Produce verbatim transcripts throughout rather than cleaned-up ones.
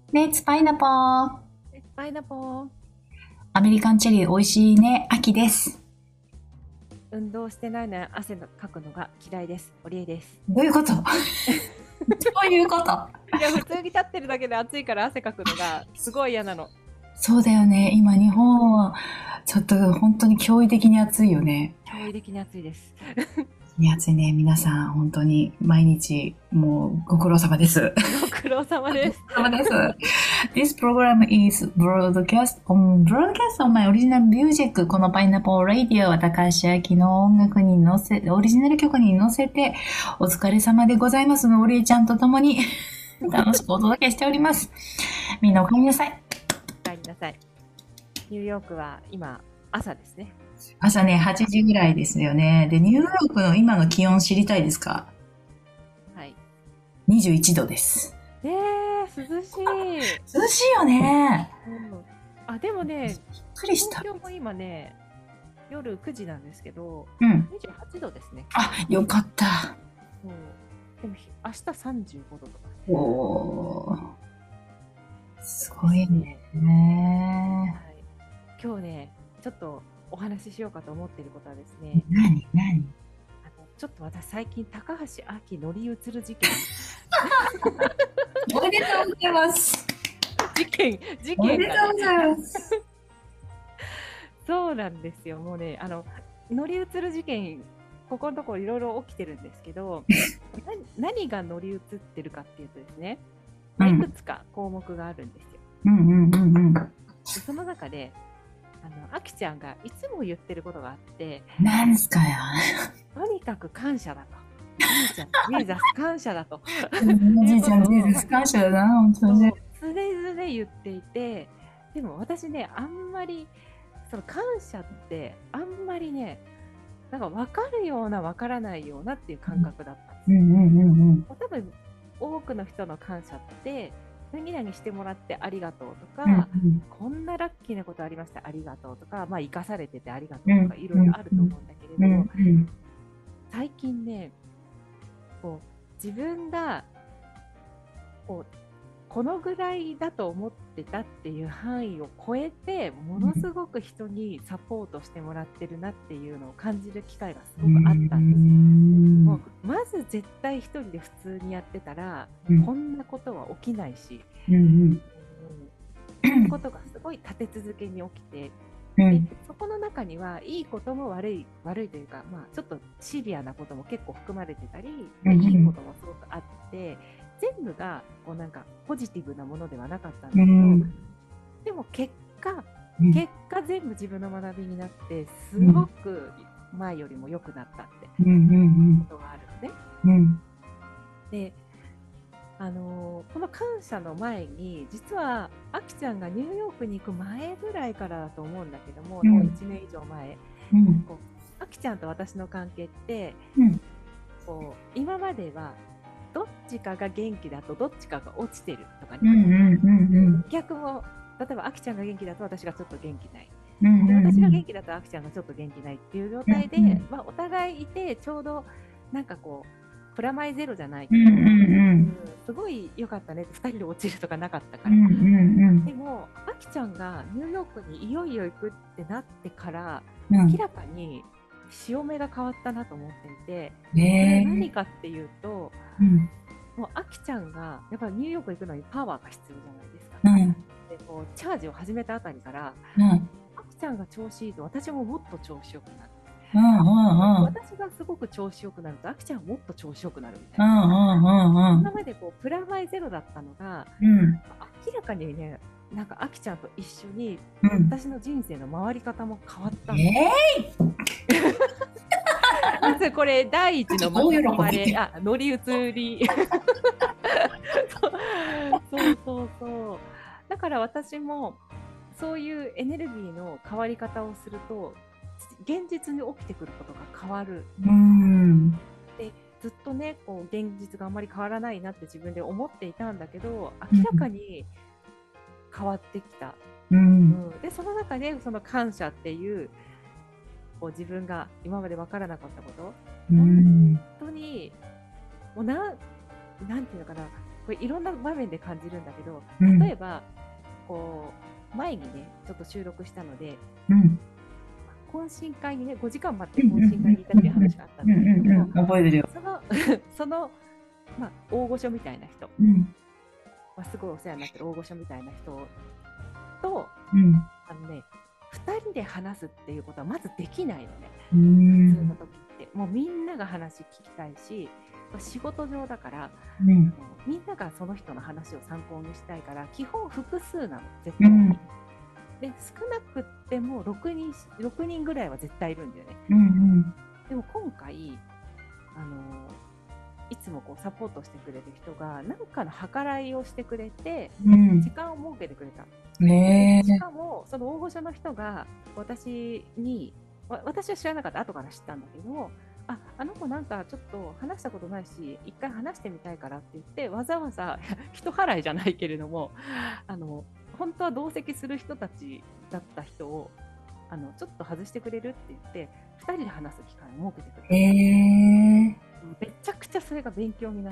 レッツパイナポー。 えパイナポー。 アメリカンチェリー美味しいね。秋です。 運動してないのに汗のかくのが嫌いです。オリエです。 どういうことどういうこといや、普通に立ってるだけで暑いから汗かくのがすごい嫌なの。 そうだよね。今日本は、ちょっと本当に驚異的に暑いよね。 驚異的に暑いです。 暑いね。皆さん、本当に毎日、もうご苦労様です。 ご苦労様です。 ご苦労様です。This program is broadcast on, broadcast on my original music. このパイナポーラディオは高橋明の音楽に乗せ、オリジナル曲に乗せて、お疲れ様でございますのおりえちゃんと共に楽しくお届けしております。みんなおかえりなさい。 お帰りなさい。ニューヨークは今朝ですね。 朝ね、はちじぐらいですよね。で、ニューヨークの今の気温知りたいですか？ はい。 にじゅういち 度です。 えー、涼しい。 涼しいよね。 うん、あ、でもね、 びっくりした。 東京も今ね、夜くじなんですけど、 うん。 にじゅうはちどですね、気温。 あ、よかった。 そうでもひ明日さんじゅうごどとかおー、すでごいすね。 ね。 はい。今日ね、ちょっとお話ししようかと思っていることはですね、 なになにあのちょっと私最近高橋明乗り移る事件おめでとうございます。 事件事おめ件がね、 でとうございます。 そうなんですよ。もうね、あの乗り移る事件、ここのところいろいろ起きてるんですけど、な何が乗り移ってるかっていうとですね、まあ、いくうん。 つか項目があるんですよ。 うんうんうんうん。 でその中で、あのあきちゃんがいつも言ってることがあって、 なんすかよ。 とにかく感謝だと。じいちゃん、ジーザス感謝だとおいうじいちゃん、ジことをーザス感謝だな、本当にね。 そう常々言っていて、でも私ね、あんまりその感謝ってあんまりね、なんか分かるような分からないようなっていう感覚だったんですよ。 うんうんうんうん。 多分多くの人の感謝って何々してもらってありがとうとうんか、 うんこんなラッキーなことありましたありがとうとか、まあ、生かされててありがとうんうとかいろうんいろあると思うんだけれうんど、 うん。 最近ね、こう自分がこうこのぐらいだと思ってたっていう範囲を超えてものすごく人にサポートしてもらってるなっていうのを感じる機会がすうごくあったんですよ。もんうまず絶対一人で普通にやってたらうんこんなことは起きないし、 うんうんそういうことがすごい立て続けに起きて、でうんそこの中にはいいことも悪い悪いというか、まあ、ちょっとシビアなことも結構含まれてたり、 うんいいこともすごくあって、全部がこうなんかポジティブなものではなかったんうだけど、 んでも結果うん結果全部自分の学びになってすうんごく前よりも良くなったってうんうんことがあるのね。 うんであのーこの感謝の前に実はあきちゃんがニューヨークに行く前ぐらいからだと思うんだけども、もううんいちねん以上前、 うんこうあきちゃんと私の関係ってうんこう今まではどっちかが元気だとどっちかが落ちてるとかね、 うんうんうん逆も例えばあきちゃんが元気だと私がちょっと元気ないうんで、私がうん元気だとあきちゃんがちょっと元気ないっていう状うん態で、 うんまあ、お互いいてちょうどなんかこうプラマイゼロじゃないけど、 うんうんうんすごい良かったねってふたりで落ちるとかなかったから。 うんうんでもあきちゃんがニューヨークにいよいよ行くってなってからうん明らかに潮目が変わったなと思っていて、それはね何かっていうと、 えうんもうあきちゃんがやっぱりニューヨーク行くのにパワーが必要じゃないですか。 うんでこうチャージを始めたあたりからうんあきちゃんが調子いいと私ももっと調子よくなる。 うんうんうん私がすごく調子よくなるとあきちゃんはもっと調子よくなるみたいな。 うんうんうん今までこうプラマイゼロだったのがうん明らかにね、なんかあきちゃんと一緒にうん私の人生の回り方も変わったんです。 えまずこれ第一の大喜び巻き込まれ、あ、乗り移り。そうそうそう。だから私もそういうエネルギーの変わり方をすると、現実に起きてくることが変わる。 ーうんで、ずっとね、こう現実があんまり変わらないなって自分で思っていたんだけど、明らかに変わってきた。 ううんん、で、その中でその感謝っていうこう自分が今まで分からなかったこと、 う本ん当にもうななんていうのかな、 これいろんな場面で感じるんだけど、 うん例えばこう前にねちょっと収録したので、 うん懇親会にねごじかん待ってうんうん懇親会に行ったっていう話があったんうんだけれども、 うんうん覚えてるよ。 そのその、まあ、大御所みたいな人、 うんまあ、すごいお世話になってる大御所みたいな人と、 うんあのね、ふたりで話すっていうことはまずできないのね。 う普通んの時ってもうみんなが話聞きたいし、仕事上だからうんあのみんながその人の話を参考にしたいから、基本複数なの絶対に、 うんで少なくってもろくにんろくにんぐらいは絶対いるんだよね。 うんでも今回あのいつもこうサポートしてくれる人が何かの計らいをしてくれてうん時間を設けてくれた。 ねえしかもその大御所の人が私に、わ私は知らなかった、後から知ったんだけど、ああの子なんかちょっと話したことないし一回話してみたいからって言って、わざわざ人払いじゃないけれども、あの本当は同席する人たちだった人をあのちょっと外してくれるって言ってふたりで話す機会を設けてくれた。 へえめちゃくちゃそれが勉強になって、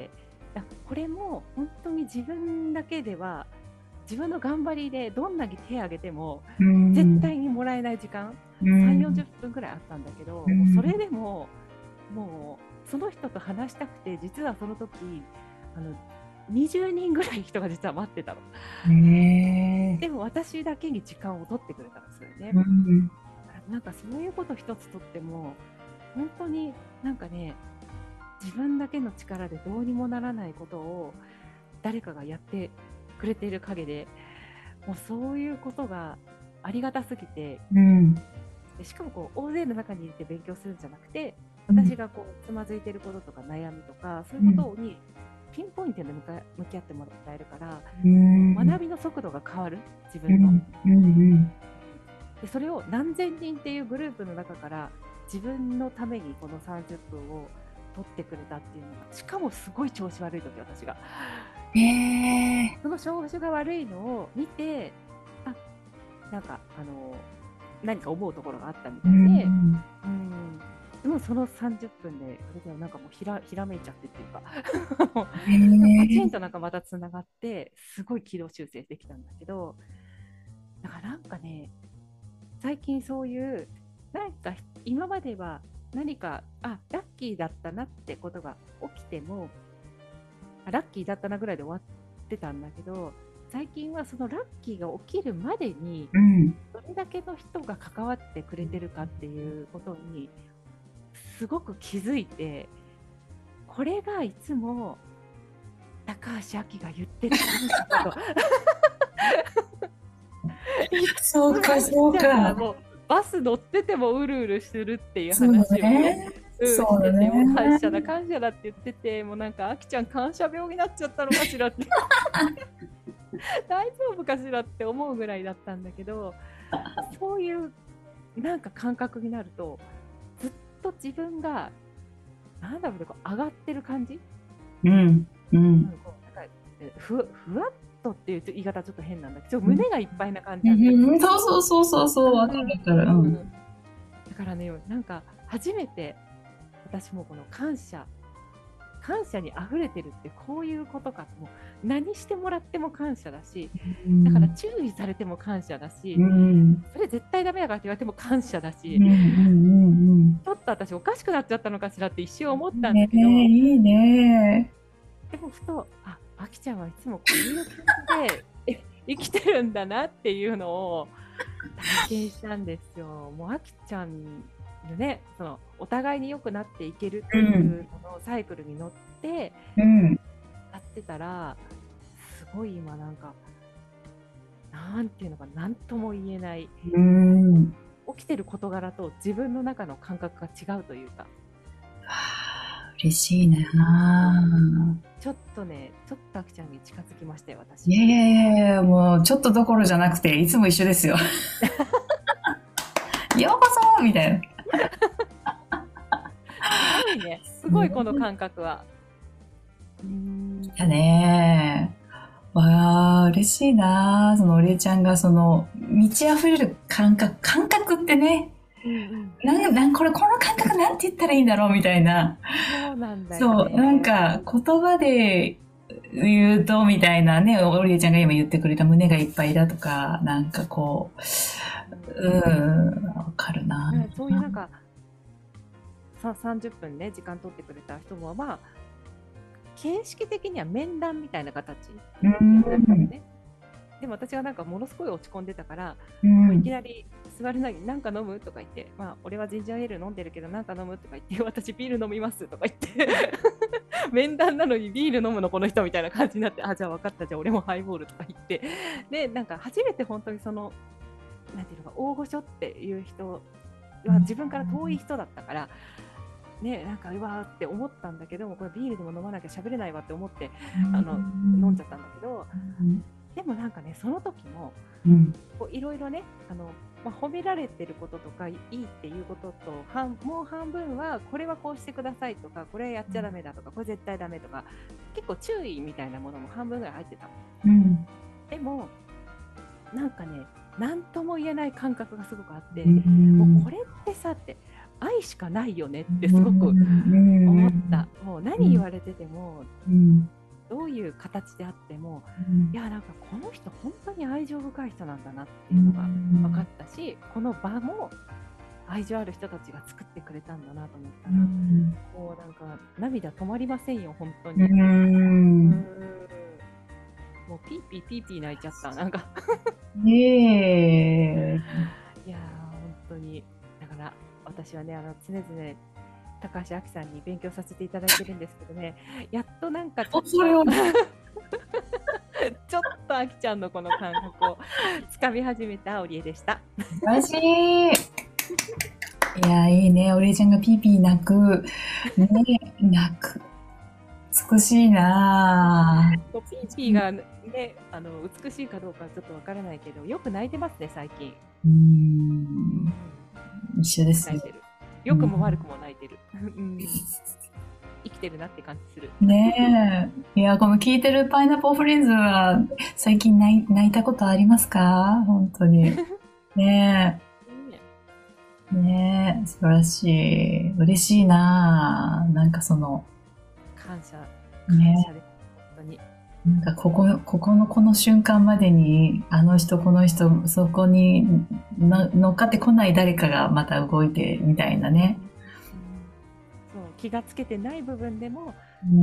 いやこれも本当に自分だけでは自分の頑張りでどんなに手を挙げてもうん絶対にもらえない時間、 うさんじゅう、 んよんじゅっぷんぐらいあったんだけど、 うんもうそれでももうその人と話したくて、実はその時あのにじゅうにんぐらい人が実は待ってたの。 ねえでも私だけに時間を取ってくれたんですよね。 うんなんかそういうこと一つとっても本当になんかね、自分だけの力でどうにもならないことを誰かがやってくれている陰で、もうそういうことがありがたすぎて、 うんでしかもこう大勢の中にいて勉強するんじゃなくて、私がこうつまずいていることとか悩みとかそういうことにピンポイントで向か向き合ってもらえるから、 うん学びの速度が変わる、自う分の。 んうんでそれを何千人っていうグループの中から自分のためにこのさんじゅっぷんを取ってくれたっていうのが、しかもすごい調子悪い時、私がへえその調子が悪いのを見て、あなんかあの何か思うところがあったみたういで、 んうんでもそのさんじゅっぷんでそれではなんかもうひらひらめいちゃってっていうかパへえチンとなんかまたつながってすごい軌道修正できたんだけど、だからなんかね、最近そういうなんか今までは何かあラッキーだったなってことが起きても、あラッキーだったなぐらいで終わってたんだけど、最近はそのラッキーが起きるまでにうんどれだけの人が関わってくれてるかっていうことにすごく気づいて、これがいつも高橋明が言ってること。 そうかそうかもうバス乗っててもうるうるするっていうそう話をね、 ねうんそうだねしてて、もう感謝だ感謝だって言ってて、もうなんかあきちゃん感謝病になっちゃったのかしらって大丈夫かしらって思うぐらいだったんだけど、そういうなんか感覚になるとずっと自分がなんだろうね、こう上がってる感じ、 うんうんなんかこうなんかえふふわっとっていう言い方はちょっと変なんだけど、胸がいっぱいな感じうなんだよね。 んそうそうそうそうそうわかるわかるうんだからね、なんか初めて私もこの感謝感謝に溢れてるってこういうことかと、もう何してもらっても感謝だし、だから注意されても感謝だし、 うんそれ絶対ダメだからって言われても感謝だし、 うんうんちょっと私おかしくなっちゃったのかしらって一瞬思っうんねたんだけど、 えいいねでもふと、あ、あきちゃんはいつもこういう感じでえ生きてるんだなっていうのを体験したんですよ。もうあきちゃんのね、そのお互いに良くなっていけるっていうののサイクルに乗ってうんやってたら、すごい今なんかなんていうのか、なんとも言えない、 うん起きてる事柄と自分の中の感覚が違うというか、 嬉しいなちょっとね、ちょっとあきちゃんに近づきましたよ、私。 いやいやいやいやもうちょっとどころじゃなくていつも一緒ですよようこそみたいなすごいね、すごいこの感覚は。 だねわあ嬉しいなそのお礼ちゃんがその満ち溢れる感覚感覚ってね、なんなんこれこの感覚なんて言ったらいいんだろうみたいな、 そうなんだよね。 そうなんか言葉で言うと、みたいなね、オリエちゃんが今言ってくれた胸がいっぱいだとか、なんかこう、うーん、わかるな。 ね、そういうなんかささんじゅっぷんね時間取ってくれた人はまあ形式的には面談みたいな形うにやったのん。 ね。でも私はなんかものすごい落ち込んでたから、 うもういきん。 なり座るなりに「なんか飲む?」とか言って、まあ俺はジンジャーエール飲んでるけどなんか飲むとか言って私ビール飲みますとか言って面談なのにビール飲むのこの人みたいな感じになって、あじゃあ分かったじゃあ俺もハイボールとか言ってでなんか初めて本当にそのなんていうのか大御所っていう人は自分から遠い人だったからね、なんかうわーって思ったんだけどもこれビールでも飲まなきゃ喋れないわって思ってあの飲んじゃったんだけど、でもなんかねその時もいろいろねあの、まあ、褒められてることとかいいっていうことと半もう半分はこれはこうしてくださいとかこれはやっちゃダメだとかこれ絶対ダメとか結構注意みたいなものも半分ぐらい入ってたの。 うん。 でもなんかね何とも言えない感覚がすごくあって、 うん。 もうこれってさって愛しかないよねってすごく思った。もう何言われてても、 うん。 どういう形であっても、 うん。 いやなんかこの人本当に愛情深い人なんだなっていうのが分かったし、この場も愛情ある人たちが作ってくれたんだなと思ったら、 うん。 もうなんか涙止まりませんよ本当うに。うーんん。 もうピーピーピーピー泣いちゃったなんかねえ。 いやー本当にだから私はねあの常々高橋亜紀さんに勉強させていただいてるんですけどね、やっとなんかちょっとそれをちょっと亜紀ちゃんのこの感覚をつかみ始めたオリエでした。 素晴らしい。いや、いいね。お礼ちゃんがピーピー泣く。ね、泣く。美しいなぁ。 ピーピーがねあの美しいかどうかはちょっとわからないけどよく泣いてますね最近。 うーん。一緒ですね。 泣いてる。良くも悪くも泣いてる。うん生きてるなって感じする。 ねえ。いや、この聞いてるパイナポーフレンズは最近泣い泣いたことありますか？本当に。ねえ。ねえ。素晴らしい。嬉しいなぁ。なんかその、 感謝、感ね謝です。本当に。 なんかここ、ここのこの瞬間までに、あの人この人、そこにの乗っかってこない誰かがまた動いてみたいなね。 うんそう気がつけてない部分でもうん。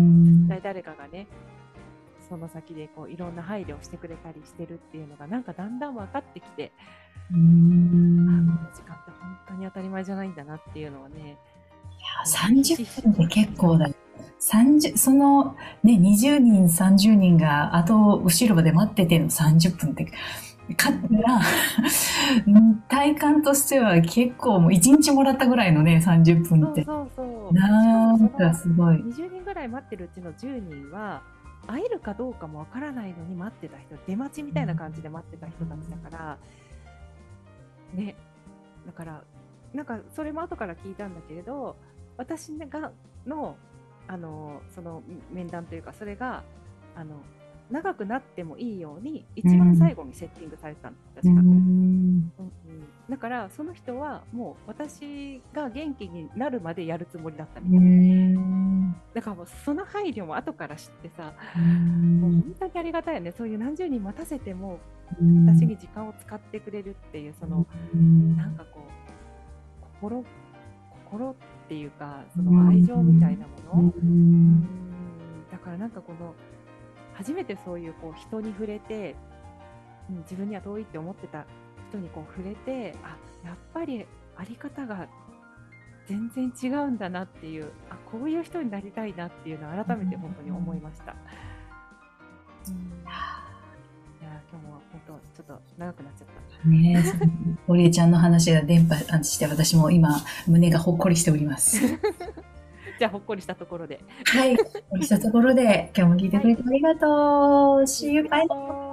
絶対誰かがねその先でこういろんな配慮をしてくれたりしてるっていうのがなんかだんだん分かってきて、 うあん。 この時間って本当に当たり前じゃないんだなっていうのはねさんじゅっぷんって結構だよ。さんじゅう、そのね、にじゅうにん、さんじゅうにんが後、後ろまで待っててのさんじゅっぷんって、か、な、体感としては結構もういちにちもらったぐらいのね、さんじゅっぷんそうって。 そうそうなんかしかもそのすごい。 にじゅうにんぐらい待ってるうちのじゅうにんは会えるかどうかもわからないのに待ってた人出待ちみたいな感じで待ってた人たちだからねだからなんかそれも後から聞いたんだけれど私がのあのその面談というかそれがあの長くなってもいいように一番最後にセッティングされてたのう確か、うんん。 うんだからその人はもう私が元気になるまでやるつもりだったみうたいなん。 だからもうその配慮も後から知ってさうもう本ん。 当にありがたいよねそういう何十人待たせてもうん私に時間を使ってくれるっていうそのなんかこう心心っていうかその愛情みたいなもの、うんだからなんかこの初めてそういうこう人に触れて、うん、自分には遠いって思ってた人にこう触れてあやっぱりあり方が全然違うんだなっていうあこういう人になりたいなっていうのを改めて本当に思いました。うんいや今日も本当ちょっと長くなっちゃった。 ねえ、オリエちゃんの話が伝播して私も今胸がほっこりしております。 じゃあほっこりしたところで。 はい。ほっこりしたところで今日も聞いてくれてありがとう。See you. Bye.